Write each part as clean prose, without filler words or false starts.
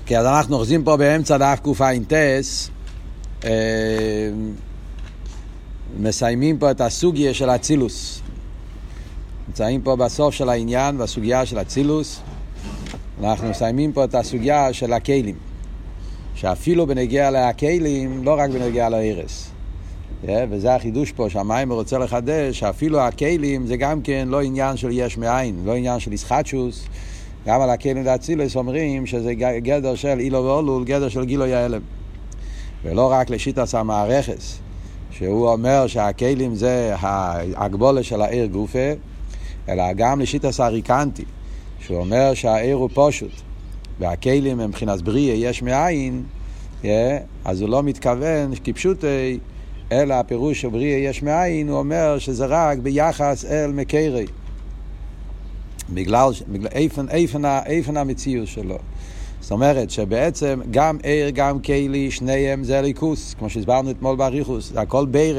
כי אז אנחנו אוחזים פה באמצע דף קע"ט, מסיימים פה את הסוגיה של אצילוס. נמצאים פה בסוף של העניין, בסוגיה של אצילוס. אנחנו מסיימים פה את הסוגיה של הכלים. שאפילו בנגיע לכלים, לא רק בנגיע להרס. וזה החידוש פה, שהמיימר רוצה לחדש, שאפילו הכלים זה גם כן לא עניין של יש מאין, לא עניין של ישחטשוס. גם על הכלים דאצילוס אומרים שזה גדר של אילו ואולול, גדר של גילוי ההלם. ולא רק לשיטת המערכס, שהוא אומר שהכלים זה ההגבולה של העיר גופה, אלא גם לשיטת הריקנטי, שהוא אומר שהעיר הוא פשוט, והכלים הם מבחינת בריאה יש מאין, אז הוא לא מתכוון כפשוטי, אלא הפירוש של בריאה יש מאין, הוא אומר שזה רק ביחס אל מקרי, בגלל איפן המציאות שלו. זאת אומרת שבעצם גם עיר, גם כלי, שניהם זה ליכוס, כמו שהסברנו אתמול באריכוס, זה הכל בירה.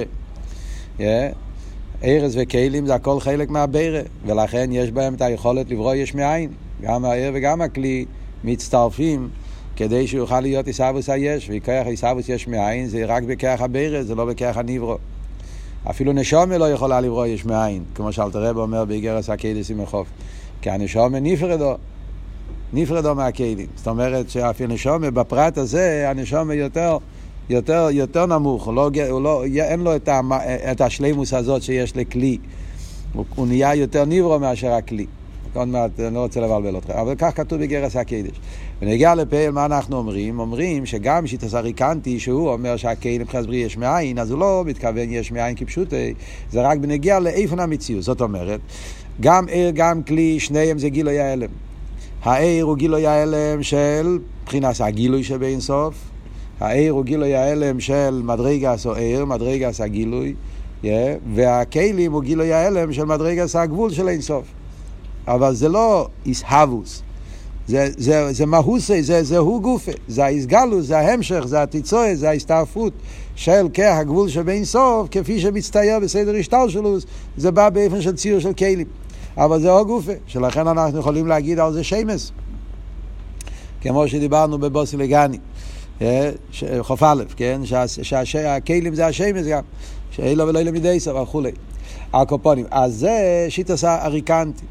ערס וכלים זה הכל חלק מהבירה, ולכן יש בהם את היכולת לברוא יש מאין. גם העיר וגם הכלי מצטרפים כדי שיוכל להיות איסאבוס היש, וכך איסאבוס יש מאין זה רק בכך הבירה, זה לא בכך הנברו. אפילו נשומה לא יכולה לברוא יש מאין, כמו שאלתר רב אומר באיגרס הקהיליס עם החוף, כי הנשומה נפרדו מהכלים. זאת אומרת שאפילו נשומה בפרט הזה, הנשומה יותר נמוך, אין לו את השלימוס הזאת שיש לכלי, הוא נהיה יותר נברו מאשר הכלי. עוד מעט, אני לא רוצה לבלבל אותך, אבל כך כתוב בגרס הקדש. ונגיע לפעיל, מה אנחנו אומרים? אומרים שגם שיטס הריקנטי, שהוא אומר שהכלים מבחינת בריא יש מאין, אז הוא לא מתכוון יש מאין כפשוטי, זה רק בנגיע לאיפן המציאות. זאת אומרת, גם עיר, גם כלי, שניהם זה גילוי ההלם. העיר הוא גילוי ההלם של מבחינת הגילוי שבין סוף, העיר הוא גילוי ההלם של מדרגס או עיר, מדרגס הגילוי, והכלים הוא גילוי ההלם של מדרגס הגבול של אין סוף. אבל זה לא איסהבוס, זה מהוסי, זה הוא גופה, זה ההסגלוס, זה ההמשך, זה התיצועה, זה ההסתעפות של הגבול שבין סוף, כפי שמצטייר בסדר השתלשלוס, זה בא באופן של ציור של כלים. אבל זה הוא גופה, שלכן אנחנו יכולים להגיד על זה שמס, כמו שדיברנו בבוסי לגני, חוף א', כן? שהכלים זה השמס גם, שאילו ולא למידי סוף, וכו'. הקופונים. אז זה שיטס הריקנטי.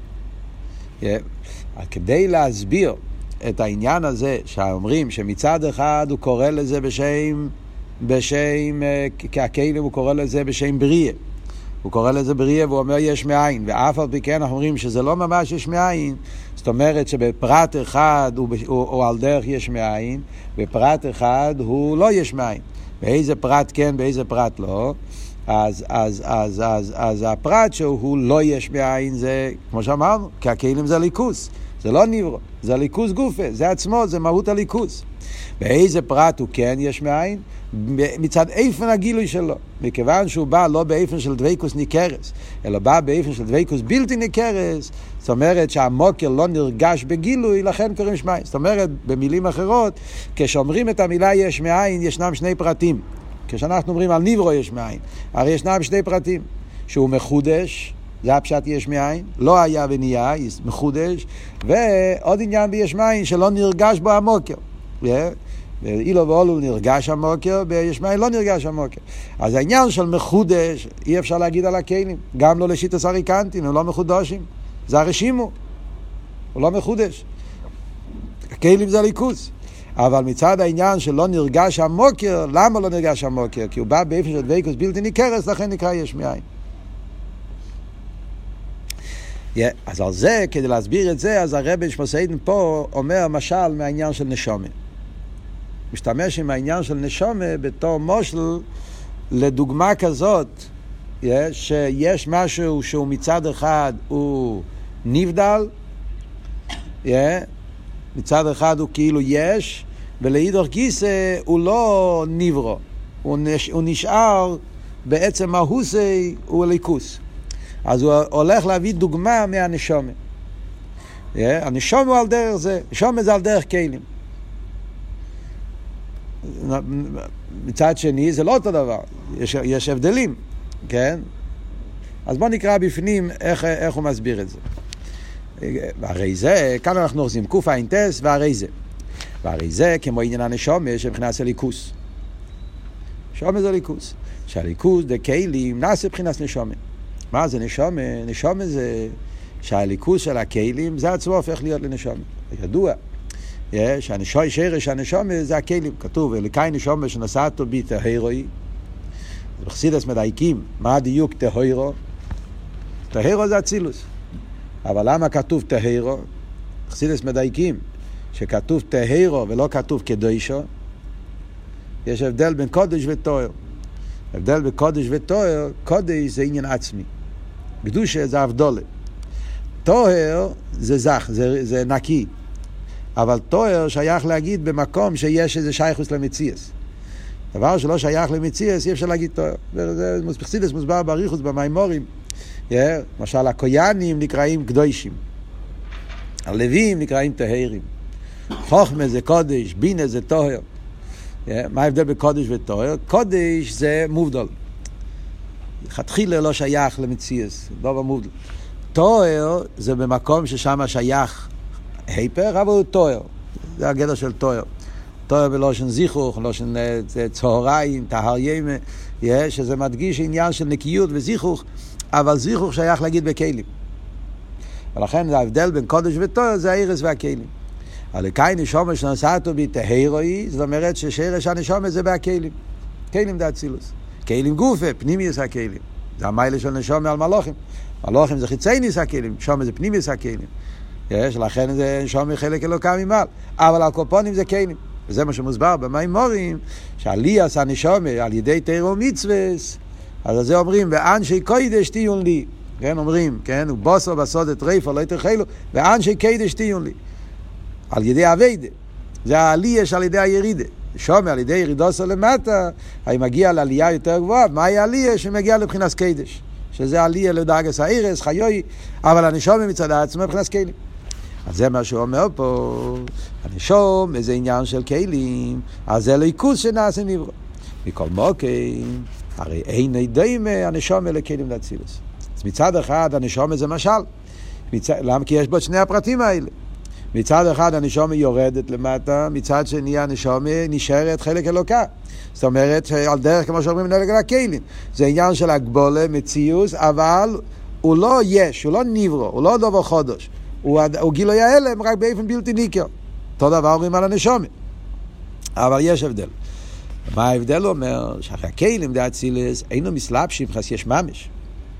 כדי להסביר את העניין הזה, שאומרים שמצד אחד הוא קורא לזה בשם כהכלים הוא קורא לזה בשם בריאה. הוא קורא לזה בריאה והוא אומר יש מאין, ואף על פי כן אנחנו אומרים שזה לא ממש יש מאין, זאת אומרת שבפרט אחד הוא על דרך יש מאין, בפרט אחד הוא לא יש מאין. באיזה פרט כן, באיזה פרט לא. אז הפרט שהוא לא יש מאין זה, כמו שאמרנו, כי הכלים זה ליכוס, זה לא נברו, זה ליכוס גופה, זה עצמו, זה מהות הליכוס. באיזה פרט הוא כן יש מאין? מצד איפן הגילוי שלו, מכיוון שהוא בא לא באיפן של דוויקוס ניכרס, אלא בא באיפן של דוויקוס בלתי ניכרס, זאת אומרת שהמוקר לא נרגש בגילוי, לכן קוראים יש מאין. זאת אומרת, במילים אחרות, כשאומרים את המילה יש מאין, ישנם שני פרטים. כשאנחנו אומרים על נברו יש מאין, הרי ישנם שני פרטים, שהוא מחודש, זה הפשט יש מאין, לא היה ונהיה, מחודש, ועוד עניין ביש מאין שלא נרגש בו המוקר. אילו ואולול נרגש המוקר, ביש מאין לא נרגש המוקר. אז העניין של מחודש, אי אפשר להגיד על הכלים, גם לא לשיטס הריקנטים, הם לא מחודשים, זה הרשימו, הוא לא מחודש. הכלים זה ליכוס. אבל מצד העניין שלא נרגש המוקר, למה לא נרגש המוקר? כי הוא בא באיפן של דוויקוס בלתי ניכרס, לכן נקרא יש מאין. אז על זה, כדי להסביר את זה, אז הרב שמסעידן פה אומר משל מהעניין של נשומה. משתמש עם העניין של נשומה בתור מושל לדוגמה כזאת, שיש משהו שהוא מצד אחד הוא נבדל, מצד אחד הוא כאילו יש, ולהידור גיסא הוא לא נברו, הוא נשאר בעצם מהוסי הוא ליכוס. אז הוא הולך להביא דוגמה מהנשומה. הנשומה הוא על דרך זה, נשומה זה על דרך כלים. מצד שני זה לא אותו דבר, יש הבדלים, כן? אז בוא נקרא בפנים איך הוא מסביר את זה. והרי זה, כאן אנחנו עושים קוף האינטס והרי זה. והרי זה כמו עניין הנשומה שבחינת הליכוס. נשומה זה ליכוס. שהליכוס דקיילים נעשה בחינת נשומה. מה זה נשומה? נשומה זה שהליכוס של הכלים זה עצמו הופך להיות לנשומה. ידוע. שרש הנשומה זה הכלים. כתוב, אלוקי נשומה שנשאתו בי טהרוי. בחסידות מדייקים, מה הדיוק טהרו? טהרו זה אצילוס. אבל למה כתוב טהרו? בחסידות מדייקים, שכתוב טהרו ולא כתוב קדושו, יש הבדל בין קודש וטוהר. הבדל בין קודש וטוהר, קודש זה עניין עצמי. קדושה זה הבדולה. טוהר זה זך, זה נקי. אבל טוהר שייך להגיד במקום שיש איזה שייכוס למציאס. דבר שלא שייך למציאס, אי אפשר להגיד טוהר. זה בחסידות מוסבר באריכות, במיימורים. למשל, הכויאנים נקראים קדושים. הלווים נקראים טהרים. חוכמה זה קודש, בינה זה טוהר. מה ההבדל בקודש וטוהר? קודש זה מובדל. חתחילה לא שייך למציאס, דבר מובדל. טוהר זה במקום ששם שייך היפר, אבל הוא טוהר. זה הגדר של טוהר. טוהר בלושן זיכוך, לושן צהריים, טהר ימה, שזה מדגיש עניין של נקיות וזיכוך, אבל זיכוך שייך להגיד בכלים. ולכן ההבדל בין קודש וטוהר זה האירס והכלים. אלוקי נשומה שנשאתו בי טהרוי, זאת אומרת ששרש הנשומה זה בהכלים. כלים זה אצילוס. כלים גופה, פנימיוס הכלים. זה המיילה של נשומה על מלוכים. מלוכים זה חיצייניס הכלים, נשומה זה פנימיוס הכלים. לכן זה נשומה חלק אלוקה ממעל. אבל הקופונים זה כלים. וזה מה שמוסבר במיימורים, שעליאס הנשומה על ידי תורה ומצוות, אז זה אומרים, ואנשי קודש תהיון לי. כן, אומרים, כן, ובוסו בסוד את ריפו, לא יתרחלו, ואנשי קודש תהיון לי. על ידי הווידה. זה העלייה על ידי הירידה. שומע על ידי ירידוסו למטה, היא מגיעה לעלייה יותר גבוהה. מהי העלייה שמגיעה לבחינת קודש? שזה העלייה לדרגת האירס, חיוי, אבל הנשומה מצד עצמו מבחינת כלים. אז זה מה שהוא אומר פה, הנשום, איזה עניין של כלים, אז זה ליכוס שנעשה נברא. מכל מוקים, הרי אין דומה הנשום אלה כלים לאצילוס. אז מצד אחד הנשום זה משל, למה? כי יש בו שני הפרטים האלה. מצד אחד הנשום יורדת למטה, מצד שני הנשום נשארת חלק אלוקה. זאת אומרת, על דרך כמו שאומרים נלג על הכלים. זה עניין של הגבולה, מציאוס, אבל הוא לא יש, הוא לא נברא, הוא לא דבר חודש. הוא גילוי ההלם רק באופן בלתי ניכר. אותו דבר אומרים על הנשומה. אבל יש הבדל. מה ההבדל אומר? שאחרי הכלים דאצילס אינו מסלבשים חס יש ממש.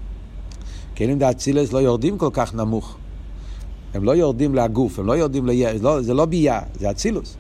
כלים דאצילס לא יורדים כל כך נמוך. הם לא יורדים לגוף, הם לא יורדים ליש. זה לא ביה, זה אצילוס.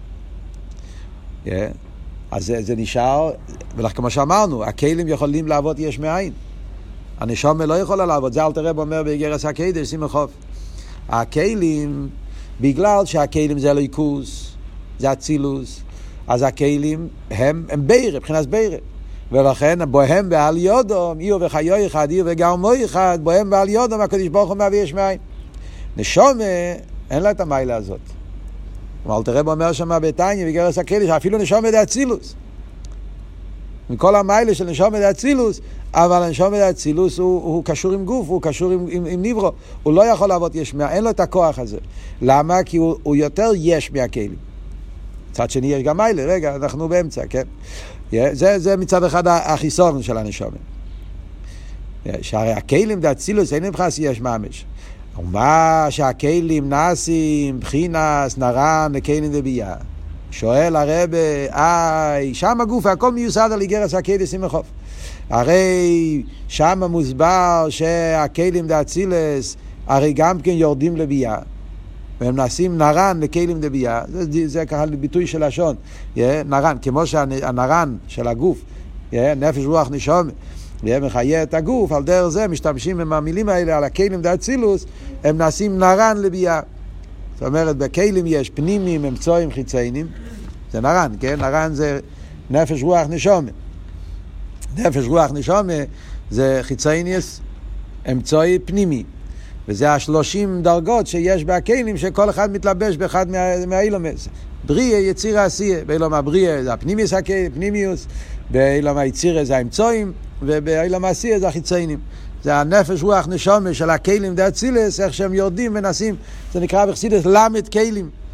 אז זה נשאר, וכמו שאמרנו, הכלים יכולים לעבוד יש מאין. הנשומה לא יכולה לעבוד. זה אלתר רב אומר באיגרס הקדש, שימו חוף. הכלים, בגלל שהכלים זה ליכוס, זה אצילוס, אז הכלים הם בירה, מבחינת בירה. ולכן בוהם בעל יודום, איו וחיו אחד, איו וגרמו אחד, בוהם בעל יודום, הקדוש ברוך הוא מביא יש מאין. נשומה, אין לה את המיילה הזאת. אבל תראה אומר שם בתניא, בגרס הקדש, אפילו נשומה זה אצילוס. מכל המיילה של נשומה זה אצילוס, אבל הנשומה זה אצילוס הוא קשור עם גוף, הוא קשור עם נברו. הוא לא יכול לעבוד יש מאין, אין לו את הכוח הזה. למה? כי הוא יותר יש מהכלים. מצד שני יש גם מיילה, רגע, אנחנו באמצע, כן? זה מצד אחד החיסון של הנשומה. שהרי הכלים זה אצילוס, אין מבחס יש ממש. ומה שהכלים נעשים, בחינס, נרן, לכלים דבייה. שואל הרב, שם הגוף, הכל מיוסד על איגרס הקדש שמחוף. הרי שם מוסבר שהכלים דאצילס, הרי גם כן יורדים לבייה. והם נעשים נרן לכלים דבייה. זה ככה ביטוי של לשון. נרן, כמו שהנרן של הגוף, נפש רוח נשום, מחיה את הגוף, על דרך זה משתמשים עם המילים האלה על הכלים דאצילוס, הם נעשים נרן לבייה. זאת אומרת, בכלים יש פנימים, אמצעים, חיציינים. זה נרן, כן? נרן זה נפש רוח נשומה. נפש רוח נשומה זה חיצייניס, אמצעי פנימי. וזה 30 דרגות שיש בכלים שכל אחד מתלבש באחד מהאילומס. בריאה, יצירה, עשייה. באילום הבריאה זה הפנימיוס, פנימיוס. באילום היצירה זה האמצעים. ובאילום העשייה זה החיציינים. זה הנפש רוח נשומה של הכלים דאצילס, איך שהם יורדים ונסים. זה נקרא בחסידות למד כלים.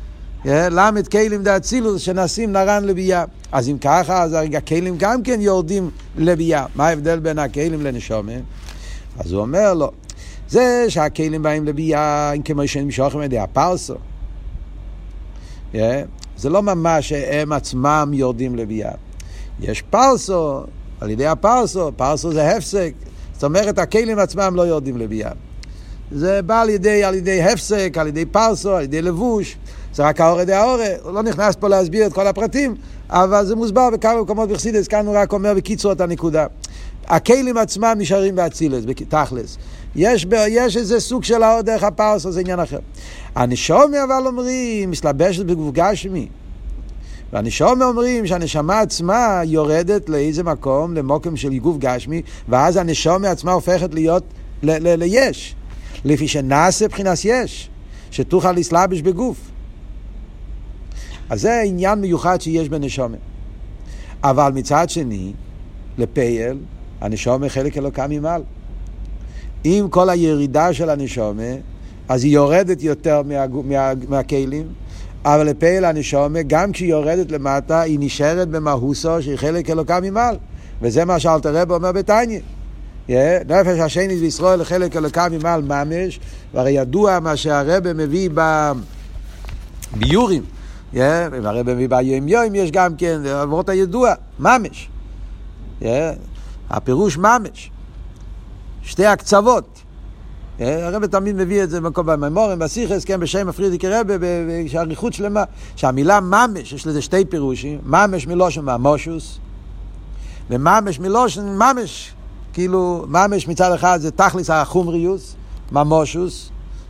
למד כלים דאצילוס שנשים נרן לבייה. אז אם ככה, אז הכלים גם כן יורדים לבייה. מה ההבדל בין הכלים לנשומה? אז הוא אומר לו, זה שהכלים באים לבייה, כמו שנמשוך עם ידי הפרסו. זה לא ממש שהם עצמם יורדים לבייה. יש פרסו, על ידי הפרסו, פרסו זה הפסק. זאת אומרת, הכלים עצמם לא יורדים לבייה. זה בא על ידי הפסק, על ידי פרסו, על ידי לבוש. זה רק האורה דה האורה. הוא לא נכנס פה להסביר את כל הפרטים, אבל זה מוסבר בכמה מקומות בחסידות, כאן הוא רק אומר בקיצור את הנקודה. הכלים עצמם נשארים באצילס, בתכלס. יש איזה סוג של האור דרך הפרסו, זה עניין אחר. הנשמה אבל אומרים, מסלבשת בגוף גשמי. והנשמה אומרים שהנשמה עצמה יורדת לאיזה מקום, למוקם של גוף גשמי, ואז הנשמה עצמה הופכת להיות ליש. לפי שנעשה בחינת יש, שתוכל לסלבש בגוף. אז זה עניין מיוחד שיש בנשמה. אבל מצד שני, לפייל, הנשמה חלק אלוקה ממעל. עם כל הירידה של הנשמה, אז היא יורדת יותר מהכלים, אבל לפייל הנשמה, גם כשהיא יורדת למטה, היא נשארת במהוסו שהיא חלק אלוקה ממעל. וזה מה שאלתר רבי אומר בתניא. נפש השני בישראל חלק אלוקה ממעל ממש, והרי ידוע מה שהרבי מביא ביורים, והרבי מביא ביום יום, יש גם כן, עבורת הידוע, ממש. הפירוש ממש. שתי הקצוות. הרבי תמיד מביא את זה במקום בממורים, בשיחס, כן, בשם הפרידיקי רבי, שהאריכות שלמה, שהמילה ממש, יש לזה שתי פירושים, ממש מלושן ממושוס, וממש מלושן ממש, כאילו, ממש מצד אחד זה תכליס החומריוס, ממושוס,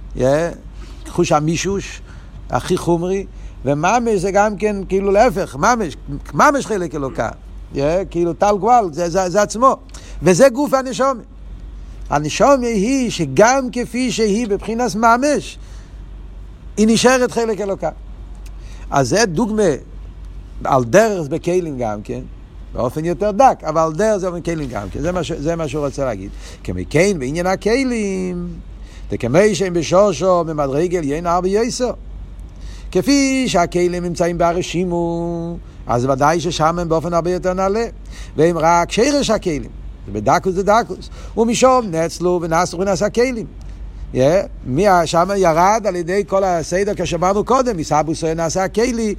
חוש המישוש, הכי חומרי, וממש זה גם כן, כאילו להפך, ממש חלק אלוקה, כאילו טל גואל, זה עצמו, וזה גוף הנשמה. הנשמה היא שגם כפי שהיא בבחינס ממש, היא נשארת חלק אלוקה. אז זה דוגמה על דרך בכלים גם כן, באופן יותר דק, אבל על דרך זה בכלים גם כן. זה מה שהוא רוצה להגיד. כמכן בעניין הכלים, וכמי שהם בשושו במדרגל יין ארבע יסו. כפי שהכלים נמצאים ברשימו, אז ודאי ששם הם באופן הרבה יותר נעלה. והם רק שרש הכלים. בדקוס זה דקוס. ומשום נצלו ונסו ונעשה כלים. שם ירד על ידי כל הסדר כשאמרנו קודם, מסבוס נעשה כלי,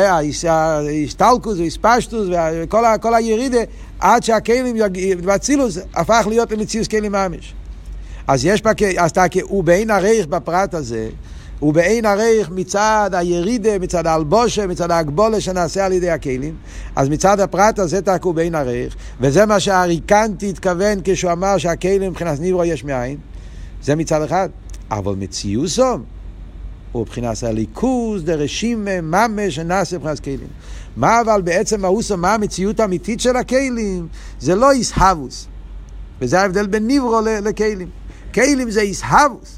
הסטלקוס והספשטוס וכל הירידה, עד שהכלים בצילוס הפך להיות למציאוס כלים ממש. אז יש פה, אז הוא בעין הרייך בפרט הזה, הוא בעין הרייך מצד הירידה, מצד האלבושה, מצד ההגבולה שנעשה על ידי הכלים. אז מצד הפרט הזה הוא בעין הרייך, וזה מה שהריקנטי התכוון כשהוא אמר שהכלים מבחינת נברא יש מאין. זה מצד אחד. אבל מציאוסום הוא מבחינת הליכוז דרשים ממש שנעשה מבחינת כלים. מה אבל בעצם מהוסום, מה המציאות האמיתית של הכלים? זה לא איסהבוס. וזה ההבדל בין נברא לכלים. כלים זה איסהבוס.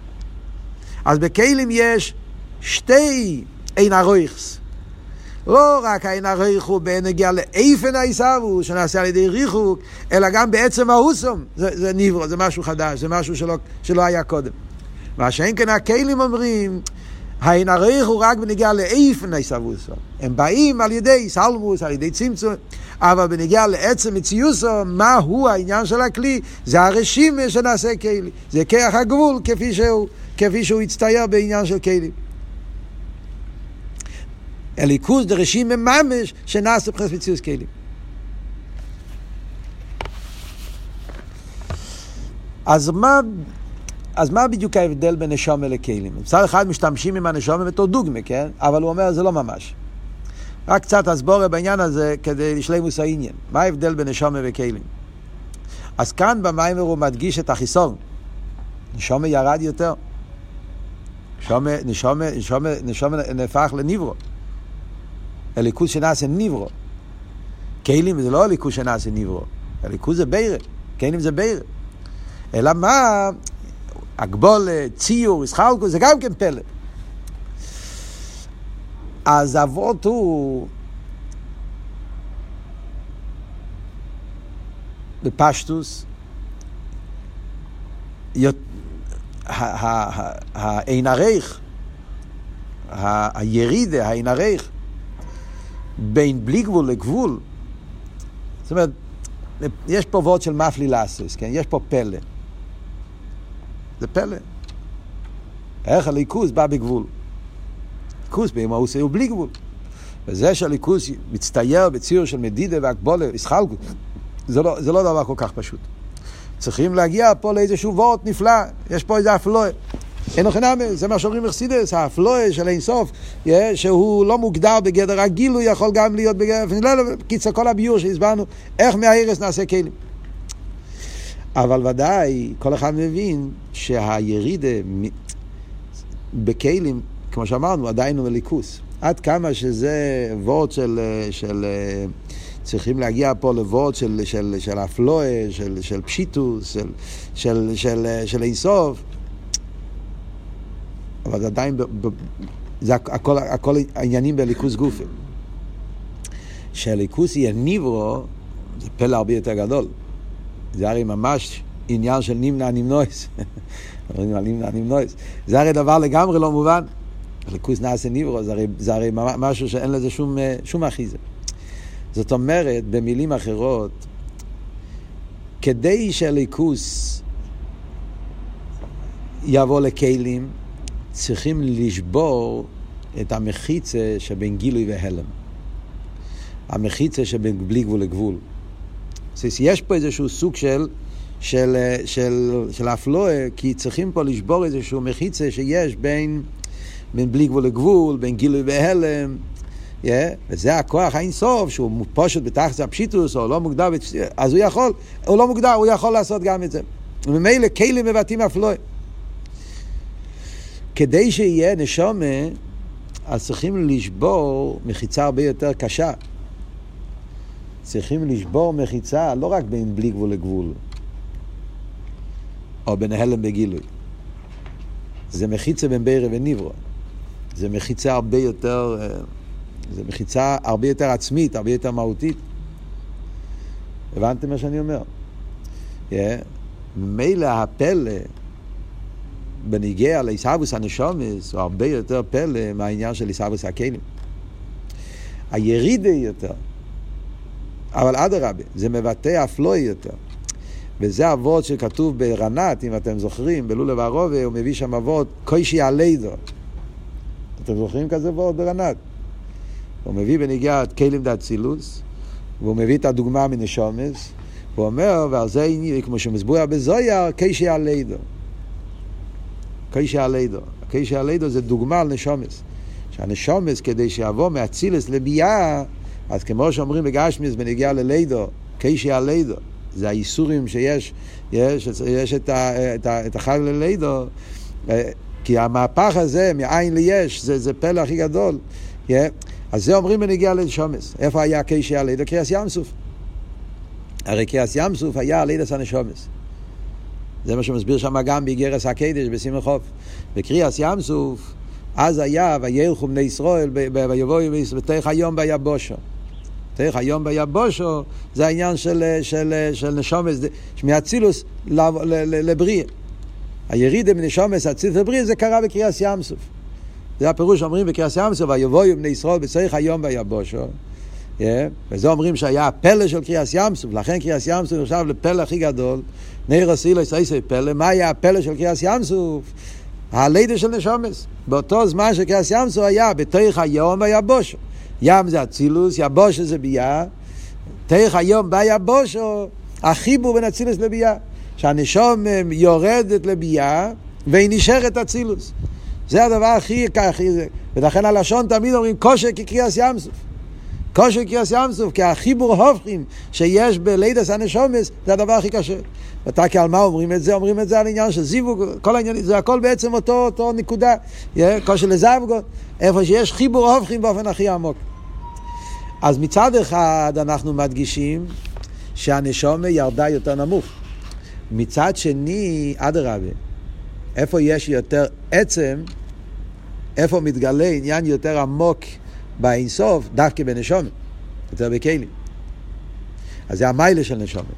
אז בכלים יש שתי אין הרויכס. לא רק אין הרויך הוא בנגיע לאיפן האיסאבו שנעשה על ידי ריחוק, אלא גם בעצם ההוסום. זה נברא, זה משהו חדש, זה משהו שלא היה קודם. מה שאין כן הכלים אומרים, האין הרויך הוא רק בנגיע לאיפן האיסאבו. הם באים על ידי סלמוס, על ידי צמצום, אבל בנגיע לעצם מציוסו, מה הוא העניין של הכלי? זה הרשימה שנעשה כלי. זה כרך הגבול כפי שהוא הצטייר בעניין של כלים. הליכוז דרשים ממש שנעשה בחס מציאוס כלים. אז מה בדיוק ההבדל בין נשמה לכלים? מצד אחד משתמשים עם הנשמה בתור דוגמה, כן? אבל הוא אומר זה לא ממש. רק קצת הסבורה בעניין הזה כדי לשלימוס העניין. מה ההבדל בין נשמה וכלים? אז כאן במיימר הוא מדגיש את החיסון. נשמה ירד יותר. נשמה נהפך לנברא. הליכוז שנעשה נברא. כלים זה לא הליכוז שנעשה נברא. הליכוז זה בירה. כלים זה בירה. אלא מה? הגבול, ציור, ישחלקוס, זה גם כן פלא. אז אבות הוא בפשטוס אין הרייך הירידה, העין הרייך, בין בלי גבול לגבול, זאת אומרת, יש פה וורט של מפלי לעשות, כן? יש פה פלא. זה פלא. איך הליכוס בא בגבול. ליכוס באמהוס הוא בלי גבול. וזה שהליכוס מצטייר בציור של מדידה והקבולה, ישחלקות, זה לא דבר כל כך פשוט. צריכים להגיע פה לאיזשהו וורט נפלא, יש פה איזה אפלואה. אין אוכנם, זה מה שאומרים מחסידס, האפלואה של אין סוף, שהוא לא מוגדר בגדר הגיל, הוא יכול גם להיות בגדר, קיצר כל הביור שהסברנו, איך מהערס נעשה כלים. אבל ודאי, כל אחד מבין שהירידה בכלים, כמו שאמרנו, עדיין הוא מליכוס. עד כמה שזה וורט של צריכים להגיע פה לוורד של אפלואה, של פשיטוס, של אינסוף, אבל זה עדיין, זה הכל העניינים בליכוס גופה. שהליכוס יהיה ניברו, זה פלא הרבה יותר גדול. זה הרי ממש עניין של נמנע נמנויס. זה הרי דבר לגמרי לא מובן. ליכוס נעשה ניברו, זה הרי משהו שאין לזה שום אחיזה. זאת אומרת, במילים אחרות, כדי שהליכוס יבוא לכלים, צריכים לשבור את המחיצה שבין גילוי והלם. המחיצה שבין בלי גבול לגבול. יש פה איזשהו סוג של אפלואה, כי צריכים פה לשבור איזשהו מחיצה שיש בין בלי גבול לגבול, בין גילוי והלם, וזה הכוח האינסוף, שהוא מופושט בתחת הפשיטוס, או לא מוגדר, אז הוא יכול, הוא לא מוגדר, הוא יכול לעשות גם את זה. וממילא כלים מבטאים אפלואה. כדי שיהיה נשומה, אז צריכים לשבור מחיצה הרבה יותר קשה. צריכים לשבור מחיצה לא רק בין בלי גבול לגבול, או בין הלם בגילוי. זה מחיצה בין בירה וניברו. זה מחיצה הרבה יותר, זה מחיצה הרבה יותר עצמית, הרבה יותר מהותית. הבנתם מה שאני אומר? ממילא הפלא בניגיע לאיסאבוס הנשומס הוא הרבה יותר פלא מהעניין של איסאבוס הכלים. הירידה יותר, אבל אדרבה, זה מבטא אפלוי יותר. וזה הוורד שכתוב ברנת, אם אתם זוכרים, בלולב הרובה, הוא מביא שם הוורד קוישי הלידו. אתם זוכרים כזה וורד ברנת? הוא מביא בניגיעת כלים דאצילוס, והוא מביא את הדוגמה מנשומס, הוא אומר, ועל זה כמו שמסבויה בזויר, קוישי הלידו. קוישי הלידו. קוישי הלידו זה דוגמה על נשומס. שהנשומס, כדי שיבוא מאצילס לביאה, אז כמו שאומרים בגשמיס בניגיע ללידו, קוישי הלידו, זה האיסורים שיש, יש את החג ללידו, כי המהפך הזה, מאין ליש, זה פלא הכי גדול. אז זה אומרים בניגיע לנשומס. איפה היה קוישי הלידו? קריאס ים סוף. הרי קריאס ים סוף היה לידס הנשומס. זה מה שמסביר שם גם באיגרס הקדש בסימן חוף. בקריאס ים סוף, אז היה וילכו בני ישראל ויבואו בתוך היום ביבושו. תוך היום ביבושו זה העניין של נשומס, מאצילוס לבריא. הירידה מנשומס אצילוס לבריא זה קרה בקריאס ים סוף. זה הפירוש אומרים בקריאס ים סוף, ויבואו בני ישראל בתוך היום ביבושו. וזה אומרים שהיה הפלא של קריאס ים סוף, לכן קריאס ים סוף נחשב לפלא הכי גדול. נר הסילוס איזה פלא, מה היה הפלא של קריאס ים סוף? הלידה של נשומס. באותו זמן שקריאס ים סוף היה בתוך היום ביבושו. ים זה אצילוס, יבושו זה ביאה. תוך היום ביבושו, החיבור בין אצילוס לביאה. שהנשום יורדת לביאה, והיא נשארת אצילוס. זה הדבר הכי זה. ולכן הלשון תמיד אומרים, קושר כקריאס ים סוף. קושר קריאס ים סוף, כי החיבור הופכים שיש בלידס הנשומס, זה הדבר הכי קשה. ואתה כעל מה אומרים את זה? אומרים את זה על עניין של זיווג, כל העניין, זה הכל בעצם אותו נקודה. קושר לזווגות, איפה שיש חיבור הופכים באופן הכי עמוק. אז מצד אחד אנחנו מדגישים שהנשומה ירדה יותר נמוך. מצד שני, אדרבה, איפה יש יותר עצם, איפה מתגלה עניין יותר עמוק באינסוף, דווקא בנשומה, יותר בכלים. אז זה המיילה של נשומה.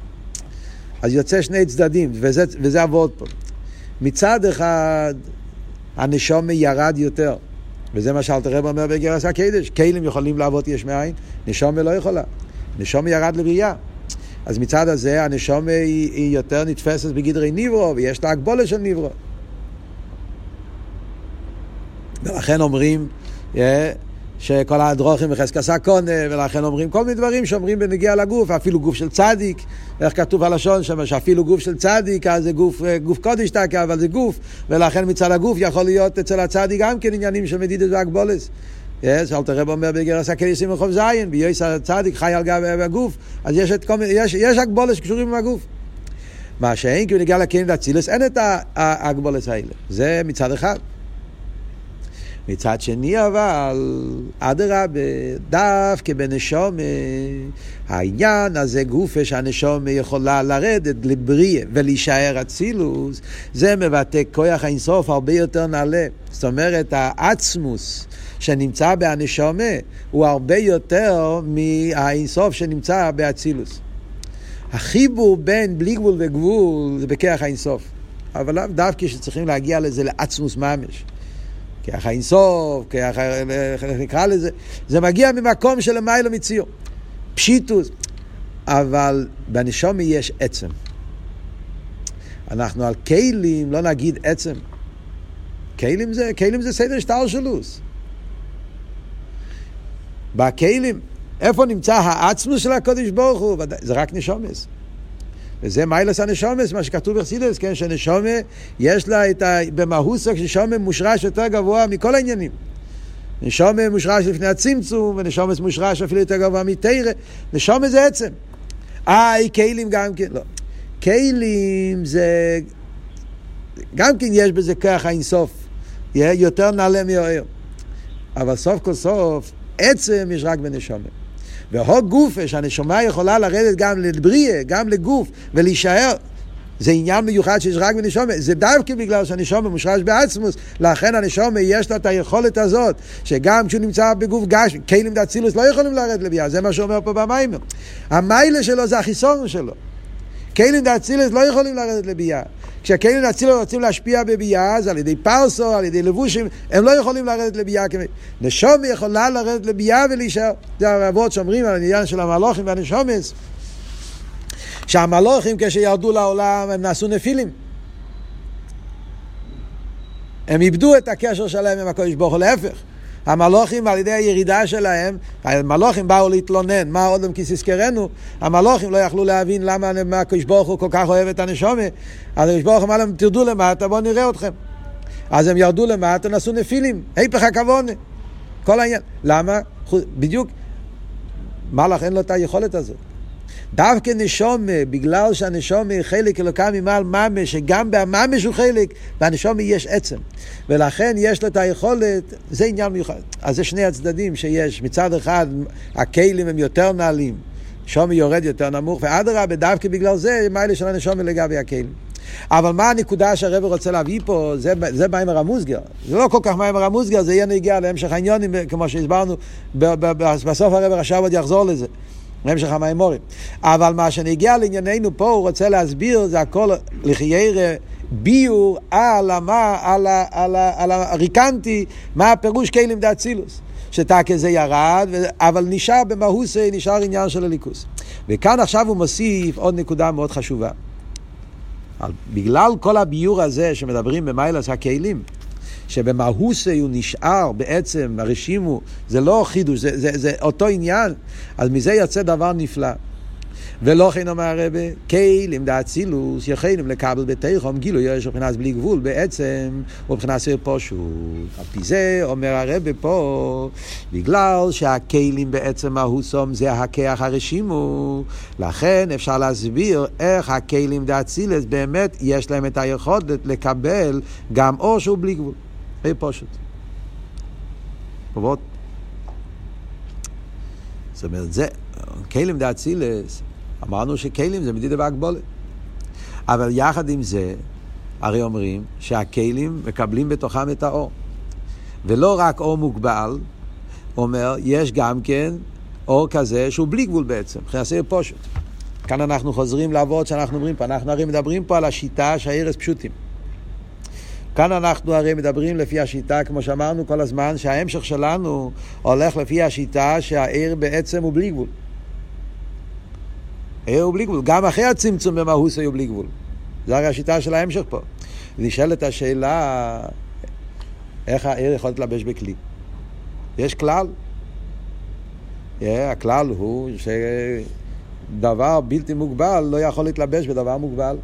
אז יוצא שני צדדים, וזה עבוד פה. מצד אחד, הנשומה ירד יותר. וזה מה שאלתר רב אומר בגרס הקדש, כלים יכולים לעבוד יש מאין, נשומה לא יכולה, נשומה ירד לבריאה. אז מצד הזה הנשומה היא יותר נתפסת בגדרי ניברו, ויש לה הגבולה של ניברו. ולכן אומרים שכל הדרוכים בחזקת הקונה, ולכן אומרים כל מיני דברים שאומרים בנגיע לגוף, אפילו גוף של צדיק, איך כתוב הלשון שם, שאפילו גוף של צדיק, אז זה גוף קודש תקה, אבל זה גוף, ולכן מצד הגוף יכול להיות אצל הצדיק גם כן עניינים של מדידת והגבולס. אלתר רב אומר בגרס הקדש מרחוב זין, ביועץ הצדיק חי על גב הגוף, אז יש הגבולס שקשורים עם הגוף. מה שאין, כי בנגיע לקיים והצילס, אין את ההגבולס האלה. זה מצד אחד. מצד שני אבל אדרבה, דווקא בנשומה, העניין הזה גופה שהנשומה יכולה לרדת לבריאה ולהישאר אצילוס, זה מבטא כוח האינסוף הרבה יותר נעלה. זאת אומרת העצמוס שנמצא בהנשומה הוא הרבה יותר מהאינסוף שנמצא באצילוס. החיבור בין בלי גבול וגבול זה בכוח האינסוף, אבל לאו דווקא שצריכים להגיע לזה לעצמוס ממש, ככה אינסוף, ככה נקרא לזה, זה מגיע ממקום של מיילו מציאו, פשיטוס, אבל בנשומה יש עצם. אנחנו על כלים לא נגיד עצם. כלים זה סדר שטר שלוס. בכלים, איפה נמצא העצמוס של הקודש ברוך הוא? זה רק נשומס. וזה מיילס הנשומס, מה שכתוב בחסידות, כן, שנשומה יש לה במהוסק שנשומה מושרש יותר גבוה מכל העניינים. נשומה מושרש לפני הצמצום, ונשומה מושרש אפילו יותר גבוה מתורה. נשומה זה עצם. כלים גם כן, לא. כלים זה, גם כן יש בזה כוח האינסוף, יותר נעלה מהאור. אבל סוף כל סוף, עצם יש רק בנשומה. והוא גופה שהנשומה יכולה לרדת גם לבריאה, גם לגוף, ולהישאר, זה עניין מיוחד שיש רק בנשומה. זה דווקא בגלל שהנשומה מושרש בעצמוס, לכן הנשומה יש לה את היכולת הזאת, שגם כשהוא נמצא בגוף גשמי, כלים דאצילוס לא יכולים לרדת לביאה, זה מה שאומר פה במיימר. המיילה שלו זה החיסון שלו. כלים דאצילוס לא יכולים לרדת לביאה. כשהכלים דאצילוס רוצים להשפיע בביאה, אז על ידי פרסו, על ידי לבושים, הם לא יכולים לרדת לביאה. נשומה יכולה לרדת לביאה ולהישאר. זה הרבות שאומרים על העניין של המלוכים והנשומס, שהמלוכים כשירדו לעולם הם נעשו נפילים. הם איבדו את הקשר שלהם עם הקדוש ברוך הוא. להפך, המלוכים על ידי הירידה שלהם, המלוכים באו להתלונן, מה עוד הם כיסזכרנו, המלוכים לא יכלו להבין למה הקדוש ברוך הוא כל כך אוהב את הנשומה, אז הקדוש ברוך הוא אמר להם, תרדו למטה, בואו נראה אתכם. אז הם ירדו למטה, נעשו נפילים, היפך הכוונה, כל העניין. למה? בדיוק, מלאך אין לו את היכולת הזאת. דווקא נשומה, בגלל שהנשומה היא חלק אלוקה ממעל ממש, שגם בממש הוא חלק, והנשומה יש עצם. ולכן יש לו את היכולת, זה עניין מיוחד. אז זה שני הצדדים שיש. מצד אחד, הכלים הם יותר נעלים, נשומה יורד יותר נמוך, ואדרבה, דווקא בגלל זה, מעלה של הנשומה לגבי הכלים. אבל מה הנקודה שהרב רוצה להביא פה, זה מיימר המוסגר. זה לא כל כך מיימר המוסגר, זה יהיה נגיע להמשך העניונים, כמו שהסברנו, בסוף הרב עכשיו עוד יחזור לזה. המשך המיימורים. אבל מה שנגיע לענייננו פה, הוא רוצה להסביר, זה הכל לחיירה ביור על הריקנטי, מה הפירוש כלים דאצילוס. שתקה זה ירד, אבל נשאר במהוסי, נשאר עניין של הליכוס. וכאן עכשיו הוא מוסיף עוד נקודה מאוד חשובה. בגלל כל הביור הזה שמדברים במיילס הכלים, שבמהוסי הוא נשאר בעצם, הרשימו, זה לא חידוש, זה אותו עניין, אז מזה יוצא דבר נפלא. ולא כן אומר הרב, כלים דאצילוס יכולים לקבל בתיכם גילוי יש מבחינת בלי גבול, בעצם הוא מבחינת סיר פשוט. על פי זה אומר הרב פה, בגלל שהכלים בעצם מהוסום זה הכח הרשימו, לכן אפשר להסביר איך הכלים דאצילוס באמת יש להם את היכולת לקבל גם אור שהוא בלי גבול. זה פשוט. זאת אומרת, זה כלים דאצילוס, אמרנו שכלים זה מדידה והגבולת. אבל יחד עם זה, הרי אומרים שהכלים מקבלים בתוכם את האור. ולא רק אור מוגבל, אומר, יש גם כן אור כזה שהוא בלי גבול בעצם, חייסי פשוט. כאן אנחנו חוזרים לעבוד שאנחנו אומרים פה, אנחנו הרי מדברים פה על השיטה שהערס פשוטים. כאן אנחנו הרי מדברים לפי השיטה, כמו שאמרנו כל הזמן, שההמשך שלנו הולך לפי השיטה שהעיר בעצם הוא בלי גבול. העיר הוא בלי גבול. גם אחרי הצמצום במהוס הוא בלי גבול. זה הרי השיטה של ההמשך פה. ונשאלת השאלה, איך העיר יכול להתלבש בכלי? יש כלל. הכלל הוא שדבר בלתי מוגבל לא יכול להתלבש בדבר מוגבל.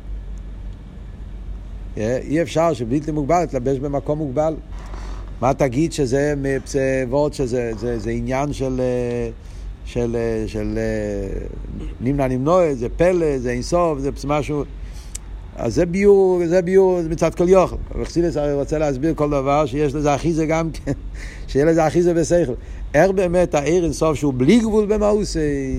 אי אפשר שבלתי מוגבל להתלבש במקום מוגבל. מה תגיד שזה ועוד שזה זה עניין של נמנע נמנוע, זה פלא, זה אינסוף, זה משהו. אז זה ביור מצד כל יוכל. וחסידס הרי רוצה להסביר כל דבר שיש לזה אחיזה גם כן, שיהיה לזה אחיזה בשכל. איך באמת העיר אינסוף שהוא בלי גבול במהוס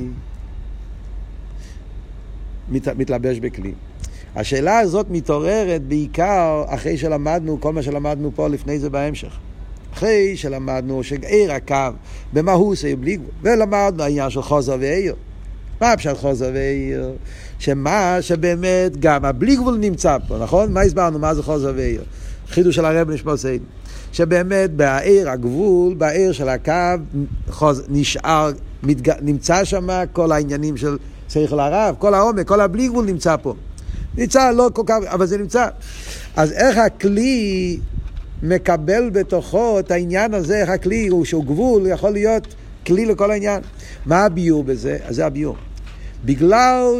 מתלבש בכלי. השאלה הזאת מתעוררת בעיקר אחרי שלמדנו כל מה שלמדנו פה לפני זה בהמשך. אחרי שלמדנו שעיר הקו במהוס הוא בלי גבול, ולמדנו העניין של חוזר ועיר. מה פשט חוזר ועיר? שמה שבאמת גם הבלי גבול נמצא פה, נכון? מה הסברנו? מה זה חוזר ועיר? חידוש של הרב נשמע סייד. שבאמת בעיר הגבול, בעיר של הקו, נשאר, נמצא שם כל העניינים של שכל הרב, כל העומק, כל הבלי גבול נמצא פה. נמצא לא כל כך, אבל זה נמצא. אז איך הכלי מקבל בתוכו את העניין הזה, איך הכלי הוא שהוא גבול, יכול להיות כלי לכל העניין. מה הביור בזה? אז זה הביור. בגלל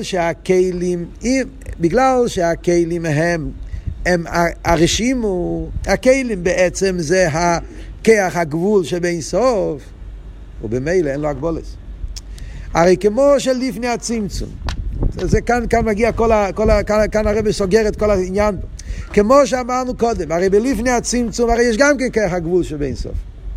שהכלים הם הרשימו, הכלים בעצם זה הכח הגבול שבין סוף, ובמילא אין לו הגבולס. הרי כמו שלפני הצמצום, זה כאן מגיע כאן הרב סוגר את כל העניין. כמו שאמרנו קודם, הרי בלפני הצמצום, הרי יש גם כן כח הגבול שבין סוף.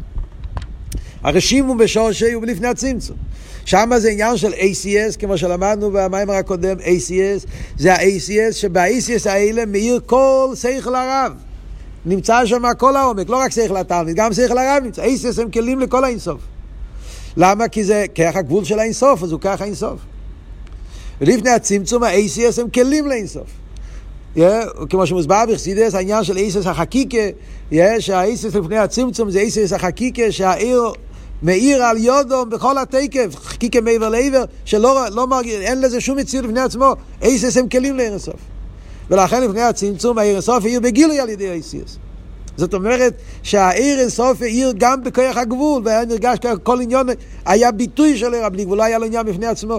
הרשימו בשורשי ובלפני הצמצום. שם זה עניין של ACS, כמו שלמדנו במאמר הקודם, ACS, זה ה-ACS שב-ACS האלה מאיר כל שכל הרב. נמצא שם כל העומק, לא רק שכל התלמיד, גם שכל הרב נמצא. ACS הם כלים לכל האינסוף. למה? כי זה כח הגבול של האינסוף, אז הוא כח האינסוף. ולפני הצמצום, ה-ACS הם כלים לאינסוף. כמו שמוסבר בחסידות, העניין של ACS החקיקה, שה-ACS לפני הצמצום זה ACS החקיקה, שהעיר מאיר על יודום בכל התקף, חקיקה מעבר לעבר, שלא מרגיש, אין לזה שום מציאות לפני עצמו. ACS הם כלים לאינסוף. ולכן לפני הצמצום, האינסוף העיר בגילוי על ידי ACS. זאת אומרת שהעיר אינסוף העיר גם בכוח הגבול, והיה נרגש כל עניין, היה ביטוי של עיר הבלי גבול, לא היה לו עניין בפני עצמו.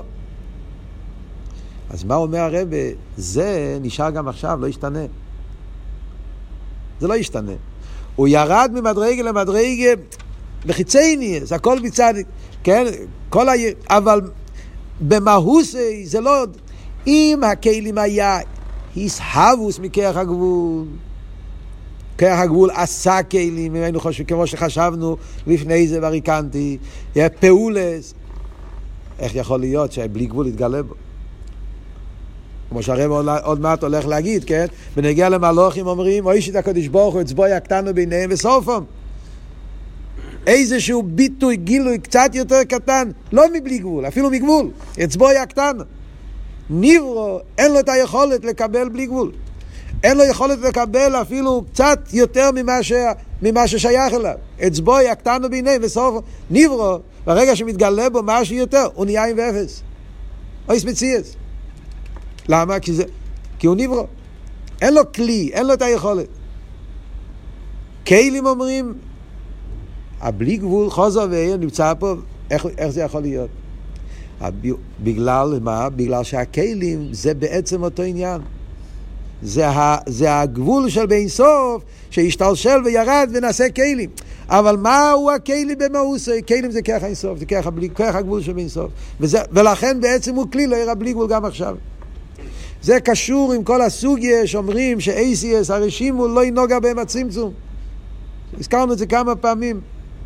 אז מה אומר הרב? זה נשאר גם עכשיו, לא ישתנה. זה לא ישתנה. הוא ירד ממדרגה למדרגה בחיצייני, זה הכל בצד, כן? כל העיר, אבל במהוס זה לא, אם הכלים היה הסהבוס מכוח הגבול, כוח הגבול עשה כלים, היינו חושבים, כמו שחשבנו לפני זה בריקנטי, פעולס, איך יכול להיות שבלי גבול יתגלה בו? כמו שהרב עוד מעט הולך להגיד, כן? בנגיע למלוכים אומרים, אוי שאת הקדוש ברוך הוא, אצבוי הקטנו ביניהם וסופם. איזשהו ביטוי, גילוי קצת יותר קטן, לא מבלי גבול, אפילו מגבול. אצבוי הקטנו. נברו, אין לו את היכולת לקבל בלי גבול. אין לו יכולת לקבל אפילו קצת יותר ממה ששייך אליו. אצבוי הקטנו ביניהם וסופם. נברו, ברגע שמתגלה בו משהו יותר, הוא נהיה עם ואפס. אוי סמציאס. למה? כי הוא נברא. אין לו כלי, אין לו את היכולת. כלים אומרים, הבלי גבול חוזר ועיר נמצא פה, איך זה יכול להיות? בגלל מה? בגלל שהכלים זה בעצם אותו עניין. זה הגבול של בין סוף שהשתלשל וירד ונעשה כלים. אבל מהו הכלים במהוס? כלים זה כוח האינסוף, זה כוח הגבול של בין סוף. ולכן בעצם הוא כלי, לא יראה בלי גבול גם עכשיו. זה קשור עם כל הסוגיה שאומרים ש-ACS הרשימו לא ינוגע בהם הצמצום. הזכרנו את זה כמה פעמים.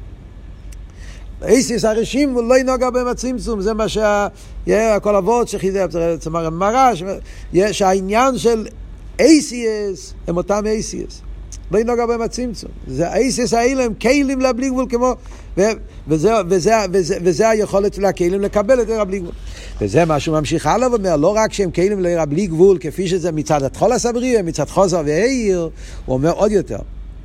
ACS הרשימו לא ינוגע בהם הצמצום. זה מה כל אבות שחידה, מרש, שהעניין של ACS הם אותם ACS. לא ינוגע בהם הצמצום. זה ה-ACS האלה הם כלים לבלי גבול כמו, וזה היכולת של הכלים לקבל את הבלי גבול. וזה מה שהוא ממשיך הלאה ואומר, לא רק שהם כלים לעירה בלי גבול, כפי שזה מצד התחול הסבריה, מצד חוזר ועיר, הוא אומר עוד יותר.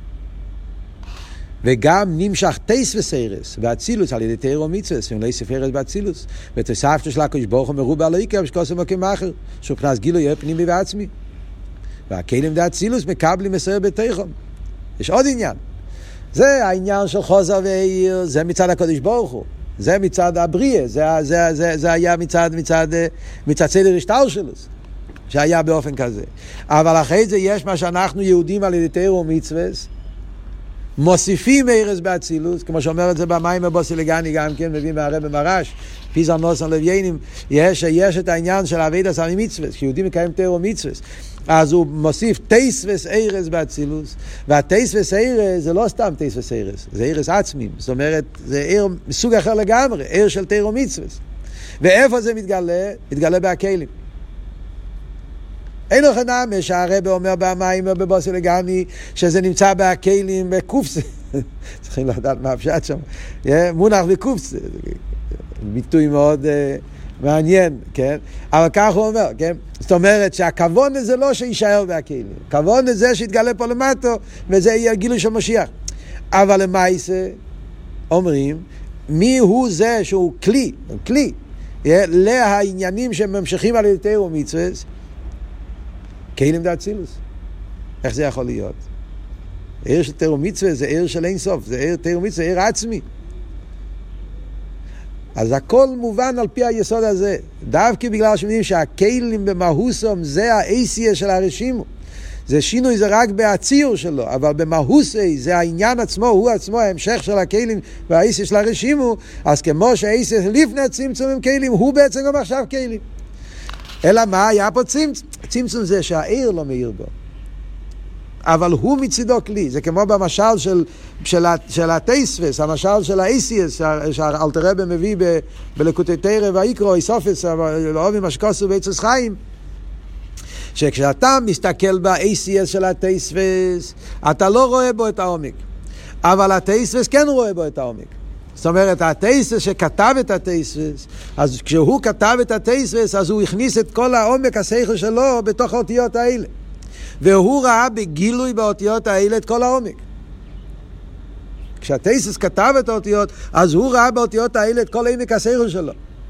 וגם נמשך טייס וסיירס, והצילוס על ידי תירו מצווס, ולא ספרס בהצילוס, ותוספתו של הקדוש ברוך הוא מרובה לא יקר, ושכוסם וכמאחר, שהוא פנס גילו יהיה פנימי ועצמי. והכלים דהצילוס מקבלים מסויר בתיכון. יש עוד עניין. זה העניין של חוזר ועיר, זה מצד הקדוש ברוך הוא. זה מצד הבריאה, זה היה מצד סדר השטר שלו, שהיה באופן כזה. אבל אחרי זה יש מה שאנחנו יהודים על ידי תירו ומצווס, מוסיפים ערס באצילוס, כמו שאומר את זה במים בבוסי לגני גם כן, מביא מהרב במרש, פיזר נוסן לוויינים, יש את העניין של עבד עשה מצווס, שיהודים מקיים תירו ומצווס, אז הוא מוסיף טייס וסערס באצילוס, והטייס וסערס זה לא סתם טייס וסערס, זה ערס עצמים, זאת אומרת, זה עיר מסוג אחר לגמרי, עיר של תירו ומצווס. ואיפה זה מתגלה? מתגלה בהכלים. אין לך נאמה שהרבא אומר במים בבוסי לגני, שזה נמצא בהכלים בקופס. צריכים לדעת מה הפשט שם. מונח בקופס. ביטוי מאוד מעניין, כן? אבל כך הוא אומר, כן? זאת אומרת שהכוון הזה לא שישאר בהכלים. הכוון הזה שיתגלה פה למטו, וזה יהיה גילוי של משיח. אבל למעשה, אומרים, מי הוא זה שהוא כלי, להעניינים שממשיכים על ידי תירו ומצווס, כלים דאצילוס. איך זה יכול להיות? עיר של תירו ומצווה זה עיר של אין סוף, זה עיר תירו ומצווה, עיר עצמי. אז הכל מובן על פי היסוד הזה. דווקא בגלל שמיודעים שהכלים במהוסום זה האסיה של הרשימו. זה שינוי זה רק בהציור שלו, אבל במהוסי זה העניין עצמו, הוא עצמו ההמשך של הכלים והאסיה של הרשימו, אז כמו שהאסיה לפני הצמצום עם כלים, הוא בעצם גם עכשיו כלים. אלא מה? היה פה צמצום. צמצום זה שהעיר לא מאיר בו. אבל הוא מצידו כלי. זה כמו במשל של הטייספס, המשל של האיסיאס, שהאלתר רבי מביא בלקוטי תורה ויקרא, איסופס, לאובי משקוסו ועצס חיים, שכשאתה מסתכל באיסיאס של הטייספס, אתה לא רואה בו את העומק. אבל הטייספס כן רואה בו את העומק. זאת אומרת, הטייסס שכתב את הטייסס, אז כשהוא כתב את הטייסס, אז הוא הכניס את כל העומק השכל שלו בתוך האותיות האלה. והוא ראה בגילוי באותיות האלה את כל העומק. כשהטייסס כתב את האותיות, אז הוא ראה באותיות האלה את כל העומק השכל שלו.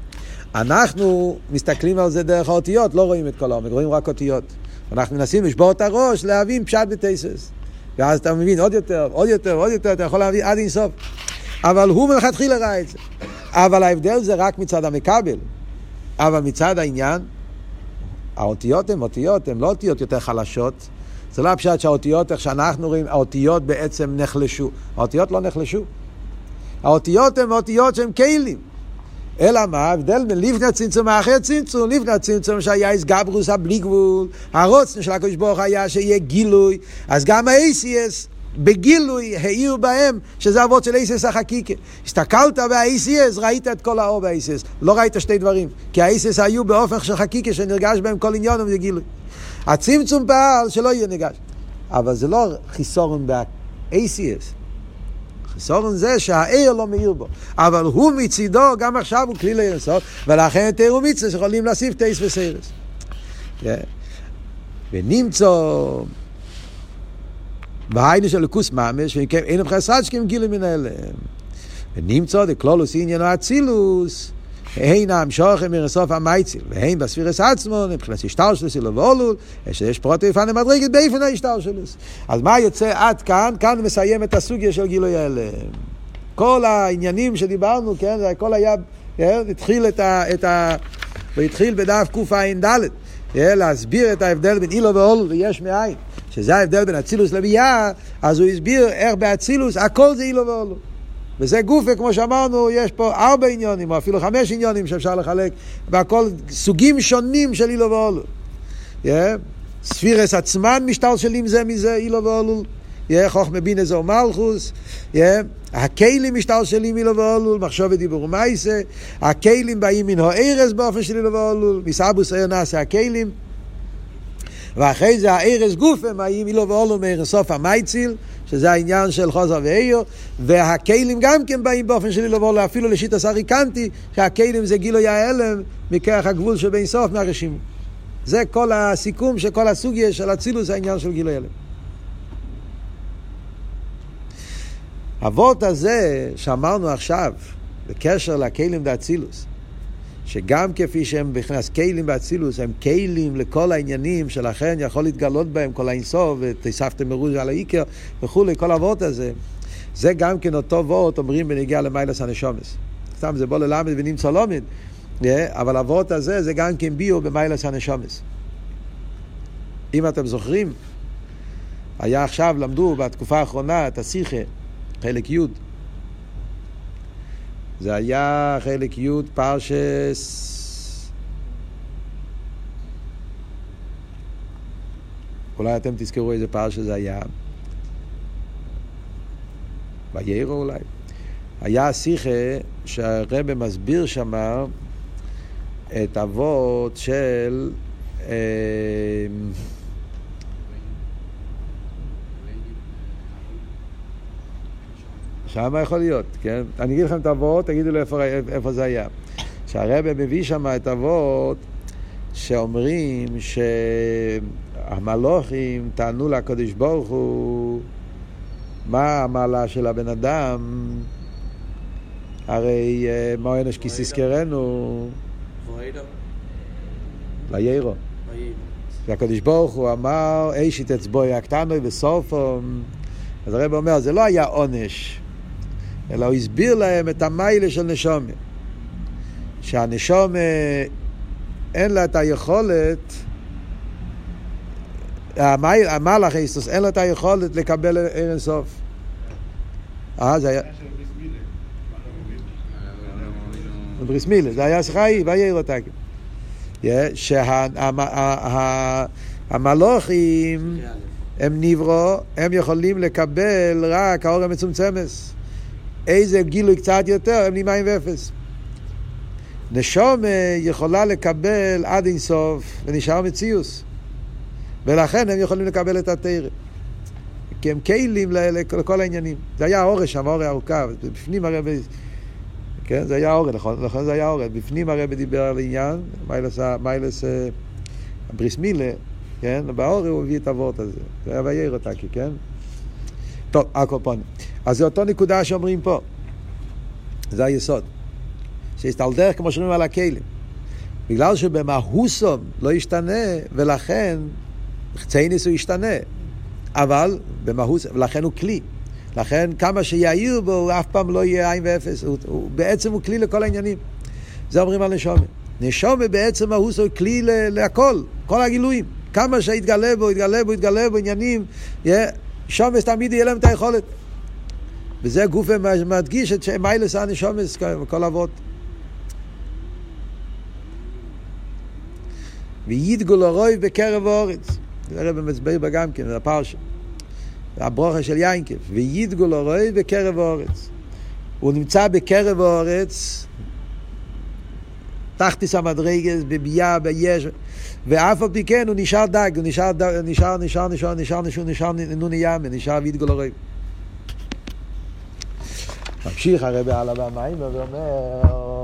אנחנו מסתכלים על זה דרך האותיות, לא רואים את כל העומק, רואים רק אותיות. אנחנו מנסים לשבור את הראש, להבין פשט בטייסס. ואז אתה מבין עוד יותר, עוד יותר, עוד יותר, אתה יכול להבין עד אינסוף. אבל הוא מלכתחילה ראה את זה. אבל ההבדל זה רק מצד המקבל. אבל מצד העניין, האותיות הן אותיות, הן לא אותיות יותר חלשות. זה לא הפשט שהאותיות, איך שאנחנו רואים, האותיות בעצם נחלשו. האותיות לא נחלשו. האותיות הן אותיות שהן כלים. אלא מה? ההבדל בין לפני הצמצום ואחרי הצמצום. לפני הצמצום שהיה הסגברוס הבלי גבול, הרוצן של הקדוש ברוך היה שיהיה גילוי, אז גם האסיס בגילוי העיר בהם שזה אבות של האסיס החקיקה. הסתכלת באסיס, ראית את כל האור באסיס, לא ראית שתי דברים, כי האסיס היו באופן של חקיקה שנרגש בהם כל עניין וזה גילוי. הצמצום פעל שלא יהיה נרגש, אבל זה לא חיסורן באסיס. חיסורן זה שהעיר לא מאיר בו, אבל הוא מצידו גם עכשיו הוא כלי לעיר, ולכן תירו ומצווה יכולים להוסיף טייס וסיירס. ונמצא בהיינו של לקוס ממש, ואין הם חסרצ'קים גילים מן אליהם. ונמצא דקלולוס עניינו אצילוס, הן המשוכם מרסוף המייציל, והן בספירס עצמו, מבחינת השטר שלו סילו ואולול, יש פרוטו יפן המדרגת באיפן ההשטר שלו. אז מה יוצא עד כאן? כאן מסיים את הסוגיה של גילוי האלה. כל העניינים שדיברנו, כן, הכל היה, התחיל והתחיל בדף קע"ד, להסביר את ההבדל בין אילו ואולול ויש מאין. שזה ההבדל בין אצילוס לביאה, אז הוא הסביר איך באצילוס הכל זה אילו ואולו. וזה גופה, כמו שאמרנו, יש פה 4 עניונים, או אפילו 5 עניונים שאפשר לחלק, והכל סוגים שונים של אילו ואולו. ספירס עצמן משתלשלים זה מזה, אילו ואולו. חוכמה בינה זו מלכוס. הכלים משתלשלים אילו ואולו, מחשוב ודיבור ומייסה. הכלים באים מן הארץ באופן של אילו ואולו, מסבוס נעשה הכלים. ואחרי זה הערס גופה, מאים אילו ואולו מאיר סוף המייציל, שזה העניין של חוזר ואיר, והכלים גם כן באים באופן של אילו ואולו, אפילו לשיט הסרי קנטי, שהכלים זה גילו יעלם, מכך הגבול שבין סוף מהרשימו. זה כל הסיכום של כל הסוגיה של הצילוס, העניין של גילו יעלם. אבות הזה שאמרנו עכשיו, בקשר לכלים והצילוס, שגם כפי שהם בכנס כלים והצילוס, הם כלים לכל העניינים שלכן יכול להתגלות בהם כל האינסוף, ותספתם מרוז על העיקר וכו', כל אבות הזה, זה גם כן אותו אבות אומרים בנגיע למיילס הנשומס. סתם זה בוא ללמד ונמצא לומד, אבל אבות הזה זה גם כן ביו במיילס הנשומס. אם אתם זוכרים, היה עכשיו, למדו בתקופה האחרונה את השיחה, חלק י', זה היה חלק י' פרשס, אולי אתם תזכרו איזה פרשס זה היה, ויירו אולי, היה שיחה שהרב מסביר שמה את אבות של שמה יכול להיות, כן? אני אגיד לכם את אבות, תגידו לי איפה זה היה. שהרב מביא שמה את אבות שאומרים שהמלוכים טענו לקדוש ברוך הוא מה המעלה של הבן אדם, הרי מה אנוש כי סזכרנו ויירו. והקדוש ברוך הוא אמר אישית אצבוי הקטנוי בסופו. אז הרב אומר זה לא היה עונש, אלא הוא הסביר להם את המיילה של נשומה, שהנשומה אין לה את היכולת, המלאך איסטוס אין לה את היכולת לקבל עיר אינסוף. זה היה בריס מילה, זה היה שחי ויירו תקי, שהמלאכים הם נברו, הם יכולים לקבל רק האור המצומצמס. איזה גילוי קצת יותר, הם נמיים ואפס. נשומה יכולה לקבל עד אינסוף, ונשאר מציוס. ולכן הם יכולים לקבל את התורה. כי הם כלים לכל העניינים. זה היה האור שם, האור ארוכה. בפנים הרב, כן, זה היה האור, נכון זה היה האור. בפנים הרב דיבר על עניין, מיילס בריס מילה, כן, באור הוא הביא את האבות הזה. זה היה וייר אותה, כן? טוב, הקופון. אז זה אותו נקודה שאומרים פה. זה היסוד. שיסתל דרך כמו שאומרים על הכלים. בגלל שבמהוסום לא ישתנה, ולכן חצייניס הוא ישתנה. אבל במהוסום, ולכן הוא כלי. לכן כמה שיעיר בו, הוא אף פעם לא יהיה עין ואפס. בעצם הוא כלי לכל העניינים. זה אומרים על נשומה. נשומה בעצם מהוסום הוא כלי להכל, כל הגילויים. כמה שיתגלה בו עניינים, שומס תמיד יהיה להם את היכולת. וזה גוף מדגיש את שמיילס הנשומס כל אבות. וידגו לרוי בקרב האורץ. זה הרב מסביר גם כן, זה הפרשה. הברוכה של יינקב. וידגו לרוי בקרב האורץ. הוא נמצא בקרב האורץ, תחתיס המדרגס, בבייה, ביש, ואף על פי כן הוא נשאר דג, הוא נשאר נוני ימן, נשאר וידגו לרוי. ממשיך הרב על הבמים ואומר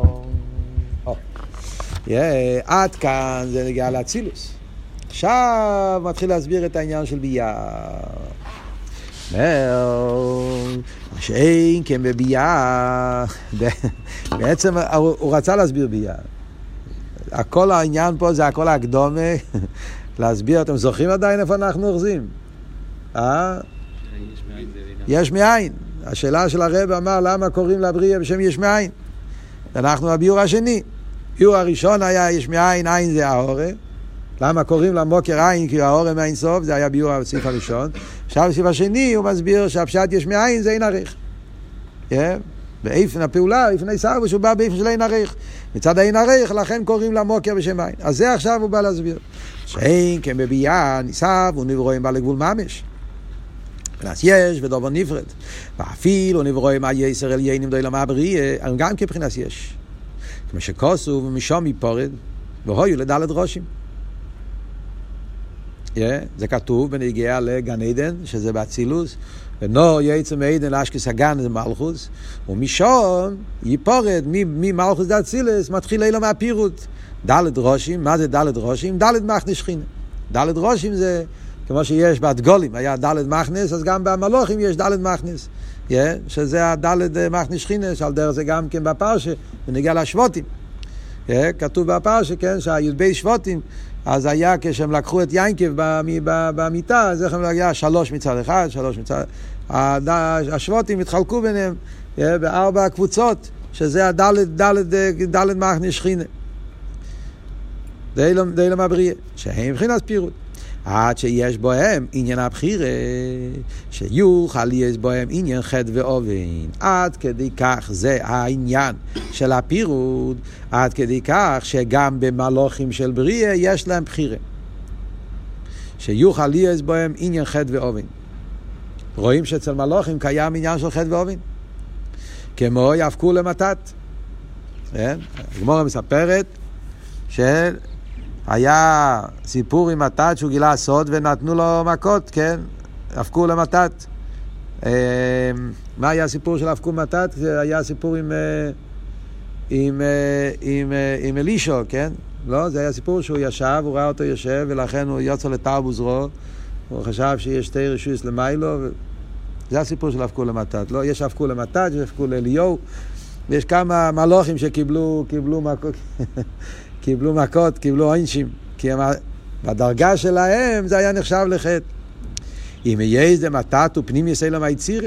עד כאן זה נגיע לאצילוס. עכשיו מתחיל להסביר את העניין של בייה. שאין כן בבייה, בעצם הוא רצה להסביר בייה. הכל העניין פה זה הכל הקדומה להסביר. אתם זוכרים עדיין איפה אנחנו אוחזים? יש מאין. השאלה של הרב אמר למה קוראים לבריאה בשם יש מאין. אנחנו הביור השני. ביור הראשון היה יש מאין, עין זה האורה. למה קוראים למוקר עין? כי האורה מאין סוף, זה היה ביור הסעיף הראשון. עכשיו בסעיף השני הוא מסביר שהפשט יש מאין זה אין עריך. באיפן הפעולה, איפן הישר, שהוא בא באיפן של אין עריך. מצד אין עריך, לכן קוראים למוקר בשם עין. אז זה עכשיו הוא בא להסביר. שאין כמביאה ניסב ונברואים בא לגבול ממש. פנס יש ודובר נפרד. ואפילו נברואים מה יסר אל יינים דוי למה בריאה, גם כבחינס יש. כמו שכוסו ומשום יפורד, והיו לדלת ראשים. זה כתוב בנגיעה לגן עדן, שזה באצילוס, ונור יצא מעדן לאשכס הגן זה מלכוס, ומשום ייפורד ממלכוס דאצילס מתחיל אילו מהפירוט. דלת ראשים, מה זה דלת ראשים? דלת מכנס שכינה. דלת ראשים זה כמו שיש בהדגולים, היה דלת מכנס, אז גם במלוכים יש דלת מכנס, שזה הדלת מכנס שכינה, שעל דרך זה גם כן בפרשה, ונגיע לשבותים. כתוב בפרשה, כן, שהי"ב שבותים, אז היה כשהם לקחו את יינקב במיטה, אז איך הם היה 3 מצד אחד, 3 מצד... השבותים התחלקו ביניהם ב4 קבוצות, שזה הדלת מכנס שכינה. זה לא מהבריאה, שהם מבחינת פירוט. עד שיש בהם עניין הבחירה, שיוכל יש בהם עניין חטא ואובן. עד כדי כך זה העניין של הפירוט, עד כדי כך שגם במלוכים של בריאה יש להם בחירה. שיוכל יש בהם עניין חטא ואובן. רואים שאצל מלוכים קיים עניין של חטא ואובן. כמו יפקו למתת. הגמרא מספרת היה סיפור עם מתת שהוא גילה סוד ונתנו לו מכות, כן? הפקו למתת. מה היה הסיפור של הפקו מתת? היה סיפור עם אלישו, כן? לא, זה היה סיפור שהוא ישב, הוא ראה אותו יושב, ולכן הוא יוצא לתרבו זרו, הוא חשב שיש 2 רשויות למיילו, זה הסיפור של הפקו למתת. לא, יש הפקו למתת, יש הפקו לאליהו, ויש כמה מלוכים שקיבלו מכות. קיבלו מכות, קיבלו עונשים, כי בדרגה שלהם זה היה נחשב לחטא. אם יהיה זה מתת ופנים יסלם היצירה.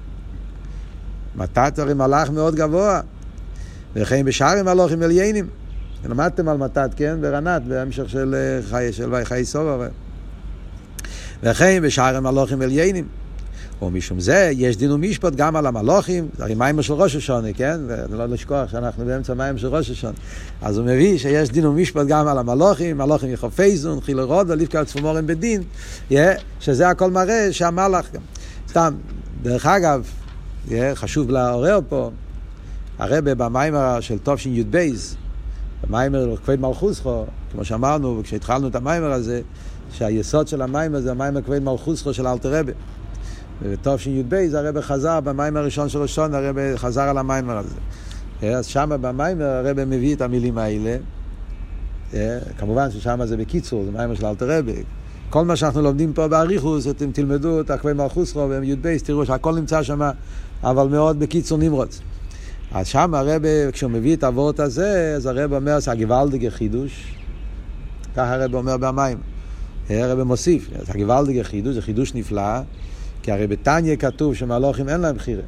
מתת הרי מלאך מאוד גבוה, וכן בשאר מלאכים עליינים. למדתם על מתת, כן? ברנת, בהמשך של חיי סובר. וכן בשאר מלאכים עליינים. ומשום זה יש דין ומשפט גם על המלוכים, זה הרי מים של ראש השונה, כן? ולא לשכוח שאנחנו באמצע מים של ראש השונה. אז הוא מביא שיש דין ומשפט גם על המלוכים, מלוכים יחופזון, חיל רוד, ולפקה על צפומורים בדין, שזה הכל מראה שהמלאך גם. סתם, דרך אגב, חשוב לעורר פה, הרב במיימר של תופשין י"ב, במיימר כבד מלכוסכו, כמו שאמרנו, כשהתחלנו את המיימר הזה, שהיסוד של המיימר זה המיימר כבד מלכוסכו של אלתר רבי. ובתופשין י"ב הרב חזר במיימר הראשון של ראשון, הרב חזר על המיימר הזה. אז שם במיימר הרב מביא את המילים האלה. כמובן ששם זה בקיצור, זה מיימר של אלתר רבי. כל מה שאנחנו לומדים פה באריכוס, אתם תלמדו את הכבד מלכוסכו בי"ב, תראו שהכל נמצא שם, אבל מאוד בקיצור נמרוץ. אז שם הרב, כשהוא מביא את הוורט הזה, אז הרב אומר שהגוואלדיגר חידוש, ככה הרב אומר במים. הרב מוסיף, הגוואלדיגר חידוש, זה חידוש נפלא, כי הרי בתניה כתוב שמלוכים אין להם בחירה.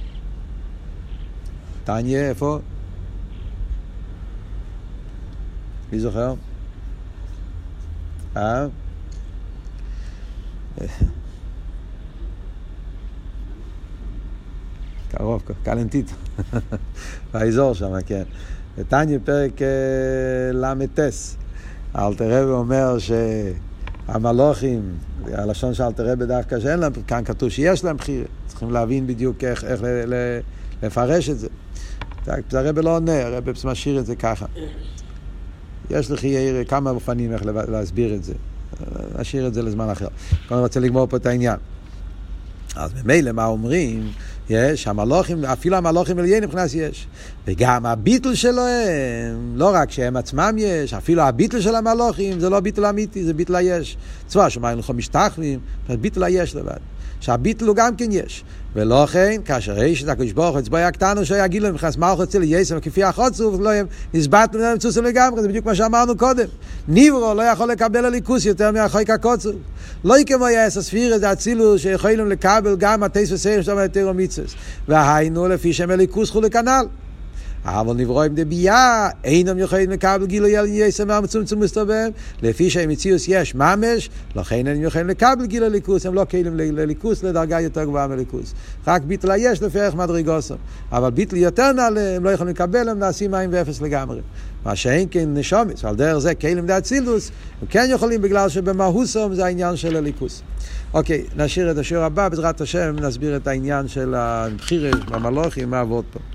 תניה, איפה? מי זוכר? קרוב, קלנטית. באזור שם, כן. בתניה פרק למטס. אלתר רבי אומר שהמלוכים, הלשון של אלתר רבי דווקא שאין להם, כאן כתוב שיש להם בחירה. צריכים להבין בדיוק איך לפרש את זה. הרבי לא עונה, הרבי משאיר את זה ככה. יש לכי כמה אופנים איך להסביר את זה. נשאיר את זה לזמן אחר. אני רוצה לגמור פה את העניין. אז ממילא מה אומרים? יש, המלוכים, אפילו המלוכים עליינים מבחינת יש. וגם הביטל שלהם, לא רק שהם עצמם יש, אפילו הביטל של המלוכים, זה לא ביטל אמיתי, זה ביטל היש. צבא שמיים לכם משתחווים, ביטל היש לבד. שהביטל הוא גם כן יש. ולא כן, כאשר יש את הקדוש ברוך הוא, אצבעי הקטנו שהוא יגיד לו, מכנס מלכות אצל יסם, כפי החוצוף, לא נסבט להם צוסם לגמרי, זה בדיוק מה שאמרנו קודם. ניברו לא יכול לקבל הליכוס יותר מהחויק הקוצוף. לא כמו יעש הספירה, זה הצילו שיכולים לקבל גם התייס וסייך שם יותר ומצוס. והיינו לפי שם הליכוס חו לכנל. אבל נברואים דבייה, אינם יכולים לקבל גילו יסם מהמצומצום מסתובב, לפי שהמציאוס יש ממש, לכן הם יכולים לקבל גילו ליכוס, הם לא קיילים לליכוס לדרגה יותר גבוהה מליכוס. רק ביטל יש לפי ערך מדרגוסם. אבל ביטל יותר נעלה, הם לא יכולים לקבל, הם נעשים מים ואפס לגמרי. מה שאין כן נשומס, על דרך זה קיילים דאצילוס, הם כן יכולים בגלל שבמהוסם זה העניין של הליכוס. אוקיי, נשאיר את השיעור הבא, בעזרת השם נסביר את העניין של הבחירה במלוכים, מה עבוד פה.